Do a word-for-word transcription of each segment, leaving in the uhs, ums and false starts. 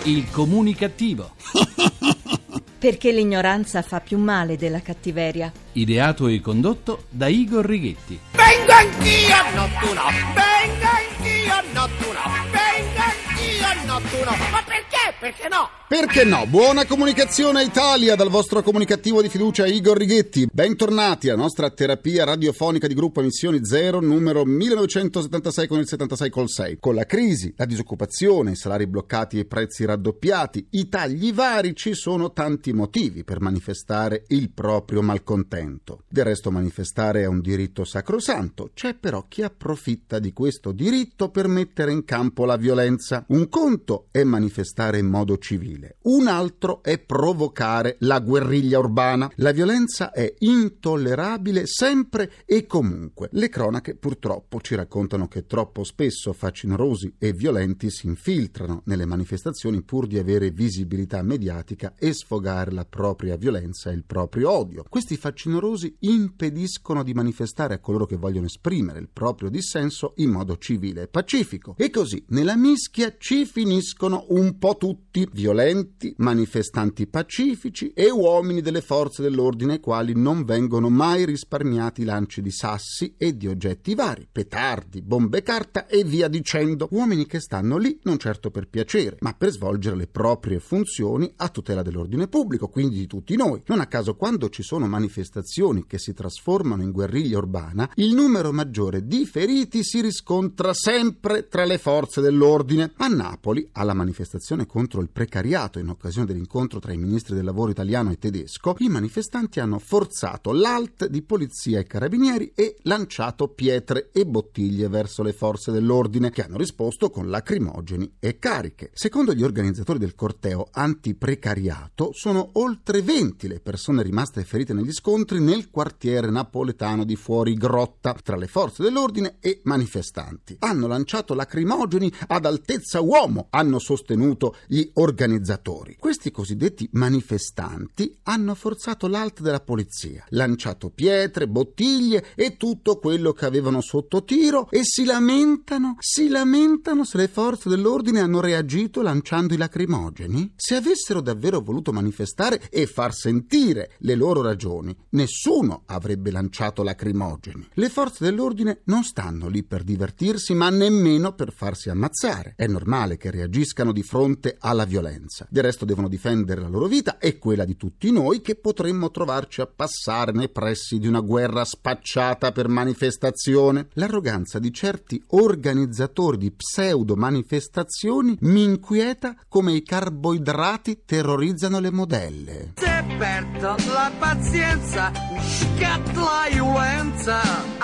Il Comunicativo. Perché l'ignoranza fa più male della cattiveria. Ideato e condotto da Igor Righetti. Vengo anch'io a nottuno, vengo anch'io a nottuno, vengo anch'io a nottuno. Ma perché? Perché no? Perché no? Buona comunicazione Italia dal vostro comunicativo di fiducia Igor Righetti. Bentornati alla nostra terapia radiofonica di gruppo Emissioni Zero, numero millenovecentosettantasei con il settantasei col sei. Con la crisi, la disoccupazione, i salari bloccati e i prezzi raddoppiati, i tagli vari, ci sono tanti motivi per manifestare il proprio malcontento. Del resto manifestare è un diritto sacrosanto, c'è però chi approfitta di questo diritto per mettere in campo la violenza. Un conto è manifestare in modo civile, un altro è provocare la guerriglia urbana. La violenza è intollerabile sempre e comunque. Le cronache purtroppo ci raccontano che troppo spesso facinorosi e violenti si infiltrano nelle manifestazioni pur di avere visibilità mediatica e sfogare la propria violenza e il proprio odio. Questi facinorosi impediscono di manifestare a coloro che vogliono esprimere il proprio dissenso in modo civile e pacifico. E così nella mischia ci finiscono un po' tutti, violenti, manifestanti pacifici e uomini delle forze dell'ordine ai quali non vengono mai risparmiati lanci di sassi e di oggetti vari, petardi, bombe carta e via dicendo. Uomini che stanno lì non certo per piacere, ma per svolgere le proprie funzioni a tutela dell'ordine pubblico, quindi di tutti noi. Non a caso, quando ci sono manifestazioni che si trasformano in guerriglia urbana, il numero maggiore di feriti si riscontra sempre tra le forze dell'ordine. A Napoli, alla manifestazione contro il precariato in occasione dell'incontro tra i ministri del lavoro italiano e tedesco, i manifestanti hanno forzato l'A L T di polizia e carabinieri e lanciato pietre e bottiglie verso le forze dell'ordine, che hanno risposto con lacrimogeni e cariche. Secondo gli organizzatori del corteo antiprecariato, sono oltre venti le persone rimaste ferite negli scontri nel quartiere napoletano di Fuori Grotta tra le forze dell'ordine e manifestanti. Hanno lanciato lacrimogeni ad altezza uomo, hanno sostenuto gli organizzatori. Questi cosiddetti manifestanti hanno forzato l'A L T della polizia, lanciato pietre, bottiglie e tutto quello che avevano sotto tiro e si lamentano, si lamentano se le forze dell'ordine hanno reagito lanciando i lacrimogeni. Se avessero davvero voluto manifestare e far sentire le loro ragioni, nessuno avrebbe lanciato lacrimogeni. Le forze dell'ordine non stanno lì per divertirsi, ma nemmeno per farsi ammazzare. È normale che reagiscano di fronte alla violenza. Del resto devono difendere la loro vita e quella di tutti noi, che potremmo trovarci a passare nei pressi di una guerra spacciata per manifestazione. L'arroganza di certi organizzatori di pseudo manifestazioni mi inquieta come i carboidrati terrorizzano le modelle. Se perdo la pazienza, mi scatta la violenza.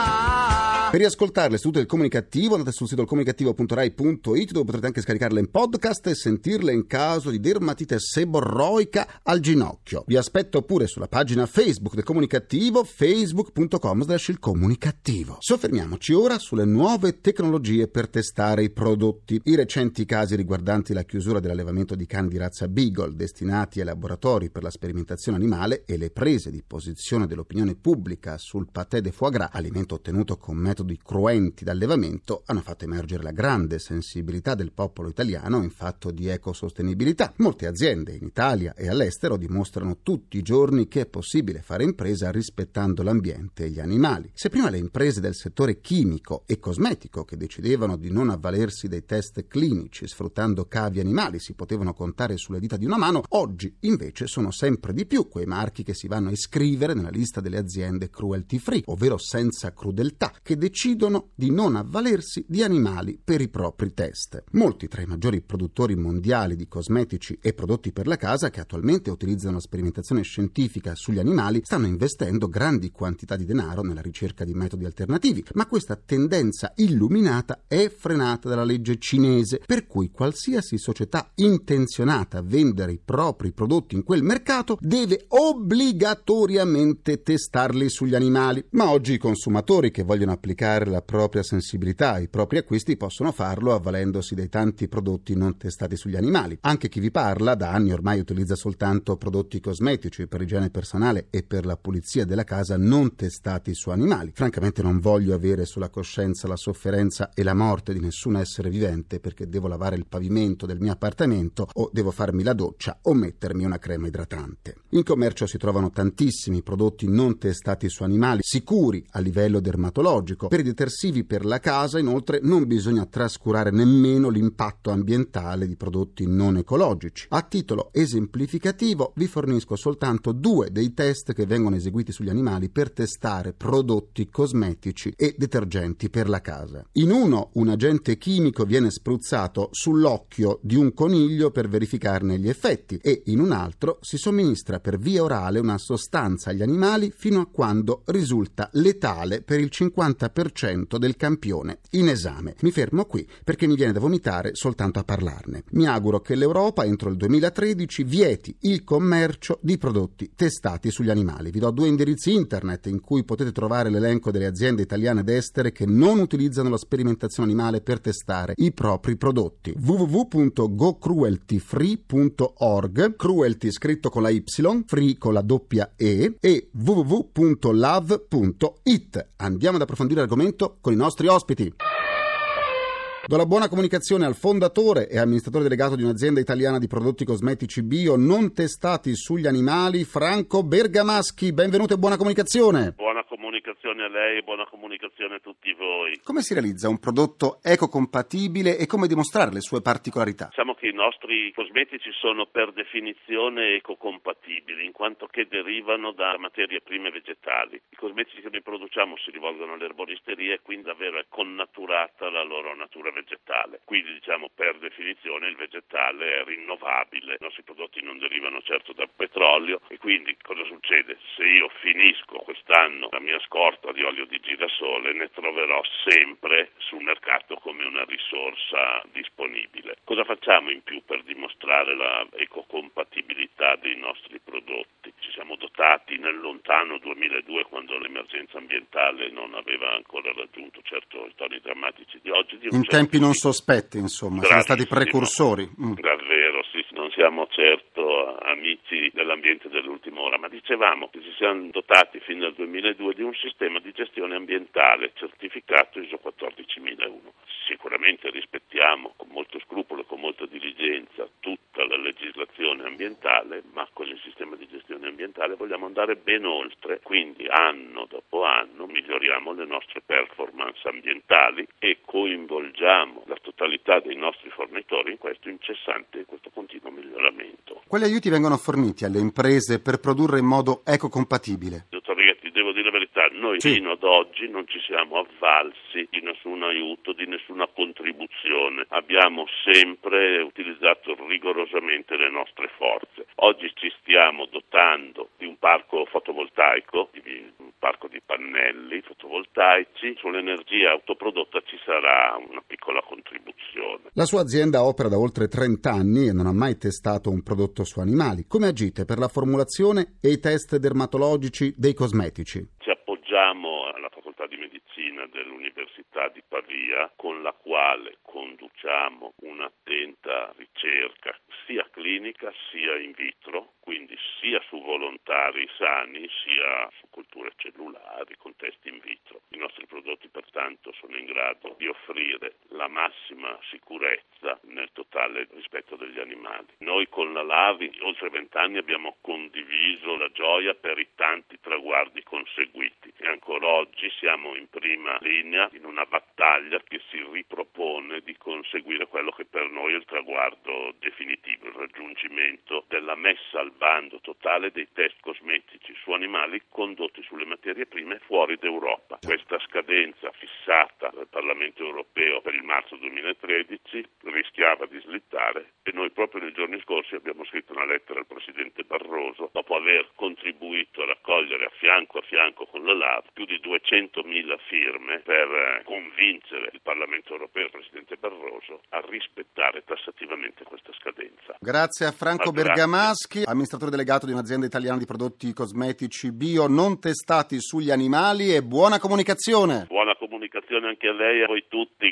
Ah. Per riascoltare le sedute del Comunicativo andate sul sito il comunicativo punto rai punto it, dove potrete anche scaricarle in podcast e sentirle in caso di dermatite seborroica al ginocchio. Vi aspetto pure sulla pagina Facebook del Comunicativo, facebook punto com slash il comunicativo. Soffermiamoci ora sulle nuove tecnologie per testare i prodotti. I recenti casi riguardanti la chiusura dell'allevamento di cani di razza Beagle destinati ai laboratori per la sperimentazione animale e le prese di posizione dell'opinione pubblica sul paté de foie gras, alimento ottenuto con metodi cruenti d'allevamento, hanno fatto emergere la grande sensibilità del popolo italiano in fatto di ecosostenibilità. Molte aziende in Italia e all'estero dimostrano tutti i giorni che è possibile fare impresa rispettando l'ambiente e gli animali. Se prima le imprese del settore chimico e cosmetico, che decidevano di non avvalersi dei test clinici sfruttando cavi animali, si potevano contare sulle dita di una mano, oggi invece sono sempre di più quei marchi che si vanno a iscrivere nella lista delle aziende cruelty free, ovvero senza crudeltà, che decidono di non avvalersi di animali per i propri test. Molti tra i maggiori produttori mondiali di cosmetici e prodotti per la casa, che attualmente utilizzano la sperimentazione scientifica sugli animali, stanno investendo grandi quantità di denaro nella ricerca di metodi alternativi, ma questa tendenza illuminata è frenata dalla legge cinese, per cui qualsiasi società intenzionata a vendere i propri prodotti in quel mercato deve obbligatoriamente testarli sugli animali. Ma oggi i consumatori che vogliono applicare la propria sensibilità ai propri acquisti possono farlo avvalendosi dei tanti prodotti non testati sugli animali. Anche chi vi parla da anni ormai utilizza soltanto prodotti cosmetici per igiene personale e per la pulizia della casa non testati su animali. Francamente non voglio avere sulla coscienza la sofferenza e la morte di nessun essere vivente perché devo lavare il pavimento del mio appartamento o devo farmi la doccia o mettermi una crema idratante. In commercio si trovano tantissimi prodotti non testati su animali, sicuri a livello dermatologico. Per i detersivi per la casa, inoltre, non bisogna trascurare nemmeno l'impatto ambientale di prodotti non ecologici. A titolo esemplificativo vi fornisco soltanto due dei test che vengono eseguiti sugli animali per testare prodotti cosmetici e detergenti per la casa. In uno, un agente chimico viene spruzzato sull'occhio di un coniglio per verificarne gli effetti e in un altro si somministra per via orale una sostanza agli animali fino a quando risulta letale per il cinquanta per cento del campione in esame. Mi fermo qui perché mi viene da vomitare soltanto a parlarne. Mi auguro che l'Europa entro il duemilatredici vieti il commercio di prodotti testati sugli animali. Vi do due indirizzi internet in cui potete trovare l'elenco delle aziende italiane ed estere che non utilizzano la sperimentazione animale per testare i propri prodotti. w w w punto go cruelty free punto org, cruelty scritto con la Y, free con la doppia E, e w w w punto love punto it. Andiamo ad approfondire l'argomento con i nostri ospiti. Do la buona comunicazione al fondatore e amministratore delegato di un'azienda italiana di prodotti cosmetici bio non testati sugli animali, Franco Bergamaschi. Benvenuto e buona comunicazione. Buona comunicazione a lei e buona comunicazione a tutti voi. Come si realizza un prodotto ecocompatibile e come dimostrare le sue particolarità? Diciamo che i nostri cosmetici sono per definizione ecocompatibili, in quanto che derivano da materie prime vegetali. I cosmetici che noi produciamo si rivolgono alle erboristerie e quindi davvero è connaturata la loro natura vegetale. Quindi diciamo per definizione il vegetale è rinnovabile. I nostri prodotti non derivano certo dal petrolio e quindi cosa succede? Se io finisco quest'anno la mia scorta di olio di girasole ne troverò sempre sul mercato come una risorsa disponibile. Cosa facciamo in più per dimostrare la ecocompatibilità dei nostri prodotti? Ci siamo dotati nel lontano duemiladue, quando l'emergenza ambientale non aveva ancora raggiunto certo i toni drammatici di oggi. Di un in certo tempi non tipo. sospetti, insomma, siamo stati precursori. Mm. Davvero, sì, non siamo certo amici dell'ambiente dell'ultima ora, ma dicevamo che ci siamo dotati fino al duemiladue di un sistema di gestione ambientale certificato I S O quattordicimilauno. Sicuramente rispettiamo con molto scrupolo e con molta diligenza tutta la legislazione ambientale, ma con il sistema di gestione ambientale vogliamo andare ben oltre, quindi anno dopo anno miglioriamo le nostre performance ambientali e coinvolgiamo la totalità dei nostri fornitori in questo incessante e questo continuo miglioramento. Quali aiuti vengono forniti alle imprese per produrre in modo ecocompatibile? Dottor Righetti, devo dire la verità, noi Sì. fino ad oggi non ci siamo avvalsi di nessun aiuto, di nessuna contribuzione. Abbiamo sempre utilizzato rigorosamente le nostre forze. Oggi ci stiamo dotando di un parco fotovoltaico, di un parco di pannelli fotovoltaici. Sull'energia autoprodotta ci sarà una piccola contribuzione. La sua azienda opera da oltre trenta anni e non ha mai testato un prodotto su animali. Come agite per la formulazione e i test dermatologici dei cosmetici? Ci appoggiamo alla facoltà di medicina dell'Università di Pavia, con la quale conduciamo un'attenta ricerca sia clinica sia in vitro, quindi sia su volontari sani sia su culture cellulari con test in vitro. I nostri prodotti pertanto sono in grado di offrire la massima sicurezza nel totale rispetto degli animali. Noi con la Lavi oltre vent'anni abbiamo condiviso la gioia per i tanti traguardi conseguiti e ancora oggi siamo in prima linea in una battaglia che si ripropone di conseguire quello che per noi è il traguardo definitivo, il raggiungimento della messa al bando totale dei test cosmetici su animali condotti sulle materie prime fuori d'Europa. Questa scadenza fissata dal Parlamento europeo per il marzo duemilatredici rischiava di slittare e noi proprio nei giorni giorni scorsi abbiamo scritto una lettera al Presidente Barroso, dopo aver contribuito a raccogliere a fianco a fianco con la L A V più di duecentomila firme per convincere il Parlamento europeo e il Presidente Barroso a rispettare tassativamente questa scadenza. Grazie a Franco Ma Bergamaschi, amministratore delegato di un'azienda italiana di prodotti cosmetici bio non testati sugli animali, e buona comunicazione. Buona comunicazione anche a lei e a voi tutti.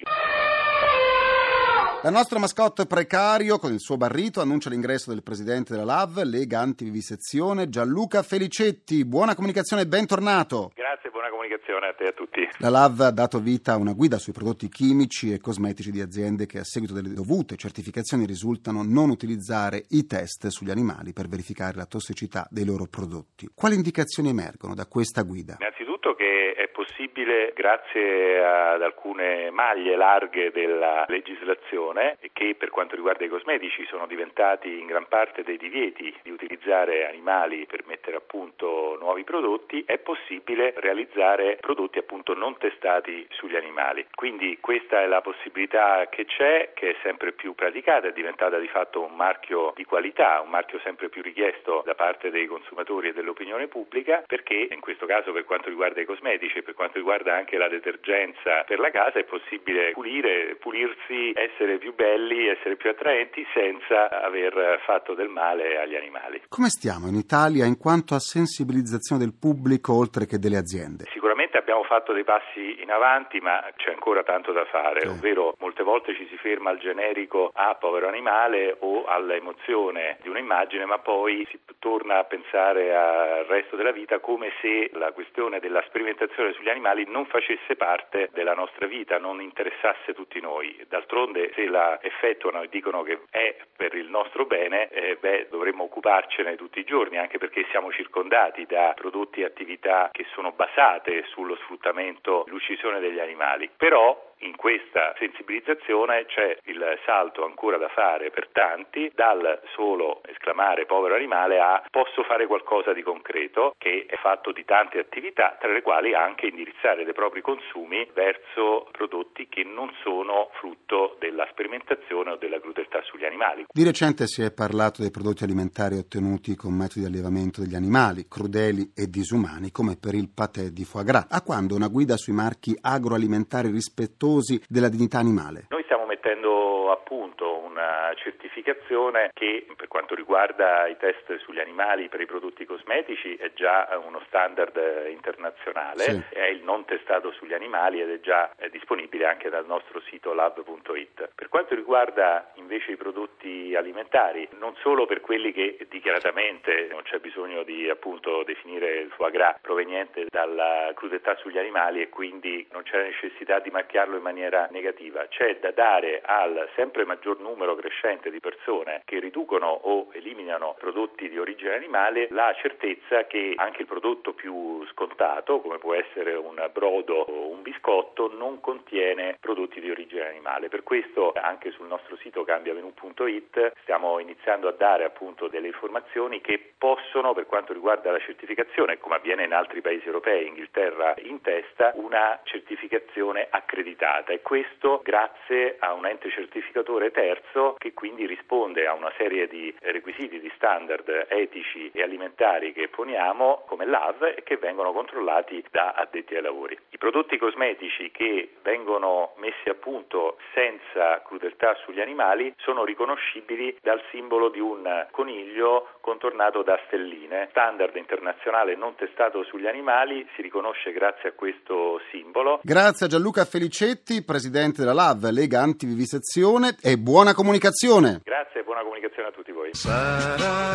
La nostra mascotte Precario, con il suo barrito, annuncia l'ingresso del presidente della L A V, Lega Antivivisezione, Gianluca Felicetti. Buona comunicazione e bentornato. Grazie, buona comunicazione a te e a tutti. La L A V ha dato vita a una guida sui prodotti chimici e cosmetici di aziende che, a seguito delle dovute certificazioni, risultano non utilizzare i test sugli animali per verificare la tossicità dei loro prodotti. Quali indicazioni emergono da questa guida? Innanzitutto che è possibile, grazie ad alcune maglie larghe della legislazione, che per quanto riguarda i cosmetici sono diventati in gran parte dei divieti di utilizzare animali per mettere a punto nuovi prodotti, è possibile realizzare prodotti appunto non testati sugli animali. Quindi questa è la possibilità che c'è, che è sempre più praticata, è diventata di fatto un marchio di qualità, un marchio sempre più richiesto da parte dei consumatori e dell'opinione pubblica, perché in questo caso, per quanto riguarda i cosmetici e per quanto riguarda anche la detergenza per la casa, è possibile pulire, pulirsi, essere più belli, essere più attraenti senza aver fatto del male agli animali. Come stiamo in Italia in quanto a sensibilizzazione del pubblico oltre che delle aziende? Sicuramente abbiamo fatto dei passi in avanti, ma c'è ancora tanto da fare, sì. Ovvero molte volte ci si ferma al generico "ah, povero animale" o all'emozione di un'immagine, ma poi si torna a pensare al resto della vita come se la questione della sperimentazione sugli animali non facesse parte della nostra vita, non interessasse tutti noi. D'altronde, se la effettuano e dicono che è per il nostro bene, eh, beh, dovremmo occuparcene tutti i giorni, anche perché siamo circondati da prodotti e attività che sono basate sullo sfruttamento, l'uccisione degli animali. Però in questa sensibilizzazione c'è il salto ancora da fare per tanti, dal solo esclamare povero animale a posso fare qualcosa di concreto, che è fatto di tante attività, tra le quali anche indirizzare dei propri consumi verso prodotti che non sono frutto della sperimentazione o della crudeltà sugli animali. Di recente si è parlato dei prodotti alimentari ottenuti con metodi di allevamento degli animali, crudeli e disumani, come per il patè di foie gras. A quando una guida sui marchi agroalimentari rispettosi della dignità animale? Noi stiamo mettendo a punto una certificazione che, per quanto riguarda i test sugli animali per i prodotti cosmetici, è già uno standard internazionale, sì. È il non testato sugli animali ed è già è disponibile anche dal nostro sito lab punto it. Per quanto riguarda invece i prodotti alimentari, non solo per quelli che dichiaratamente non c'è bisogno di appunto definire il foie gras proveniente dalla crudeltà sugli animali e quindi non c'è necessità di marchiarlo in maniera negativa, c'è da dare al sempre maggior numero crescente di persone che riducono o eliminano prodotti di origine animale la certezza che anche il prodotto più scontato, come può essere un brodo o un biscotto, non contiene prodotti di origine animale. Per questo anche sul nostro sito cambiamenu punto it stiamo iniziando a dare appunto delle informazioni che possono, per quanto riguarda la certificazione, come avviene in altri paesi europei, Inghilterra in testa, una certificazione accreditata, e questo grazie a un ente certificatore terzo che quindi risponde a una serie di requisiti, di standard etici e alimentari che poniamo come L A V e che vengono controllati da addetti ai lavori. I prodotti cosmetici che vengono messi a punto senza crudeltà sugli animali sono riconoscibili dal simbolo di un coniglio contornato da stelline. Standard internazionale non testato sugli animali si riconosce grazie a questo simbolo. Grazie a Gianluca Felicetti, presidente della L A V, Lega Antivivisezione, e buona comunicazione. Grazie e buona comunicazione a tutti voi. Sarà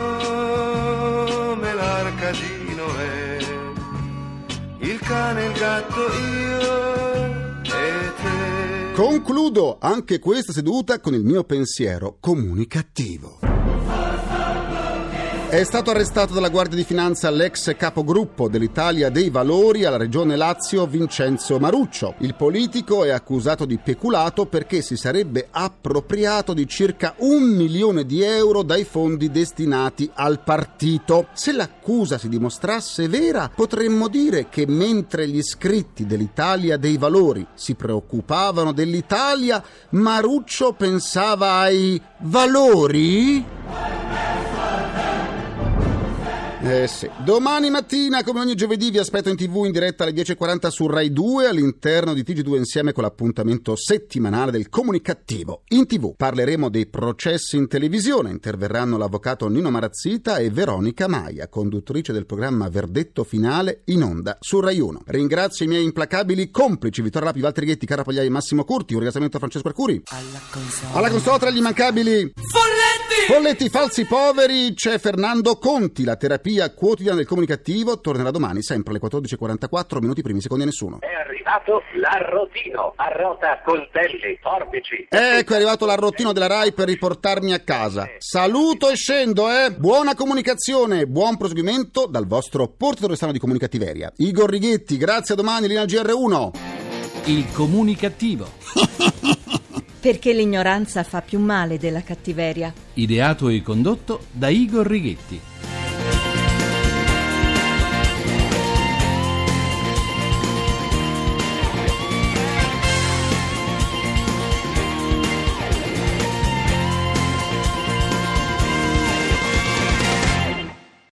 come l'arca di Noè, il cane, il gatto, io e te. Concludo anche questa seduta con il mio pensiero comunicativo. È stato arrestato dalla Guardia di Finanza l'ex capogruppo dell'Italia dei Valori alla Regione Lazio Vincenzo Maruccio. Il politico è accusato di peculato perché si sarebbe appropriato di circa un milione di euro dai fondi destinati al partito. Se l'accusa si dimostrasse vera, potremmo dire che mentre gli iscritti dell'Italia dei Valori si preoccupavano dell'Italia, Maruccio pensava ai valori? Eh sì. Domani mattina, come ogni giovedì, vi aspetto in tv in diretta alle dieci e quaranta su Rai due all'interno di T G due Insieme con l'appuntamento settimanale del Comunicativo. In tv parleremo dei processi in televisione, interverranno l'avvocato Nino Marazzita e Veronica Maia, conduttrice del programma Verdetto Finale in onda su Rai uno. Ringrazio i miei implacabili complici Vittorio Lapi, Walter Righetti, Cara Pagliai e Massimo Curti. Un ringraziamento a Francesco Arcuri. Alla console, Alla console tra gli immancabili Folletti! Folletti falsi poveri, c'è Fernando Conti. La terapia quotidiana del Comunicativo tornerà domani sempre alle quattordici e quarantaquattro, minuti primi secondi a nessuno. È arrivato l'arrotino, arrota coltelli, forbici. Ecco, è arrivato l'arrotino della Rai per riportarmi a casa. Saluto e scendo, eh! Buona comunicazione, buon proseguimento dal vostro portatore restano di comunicativeria. Igor Righetti, grazie, a domani, linea G R uno. Il Comunicativo. Perché l'ignoranza fa più male della cattiveria. Ideato e condotto da Igor Righetti.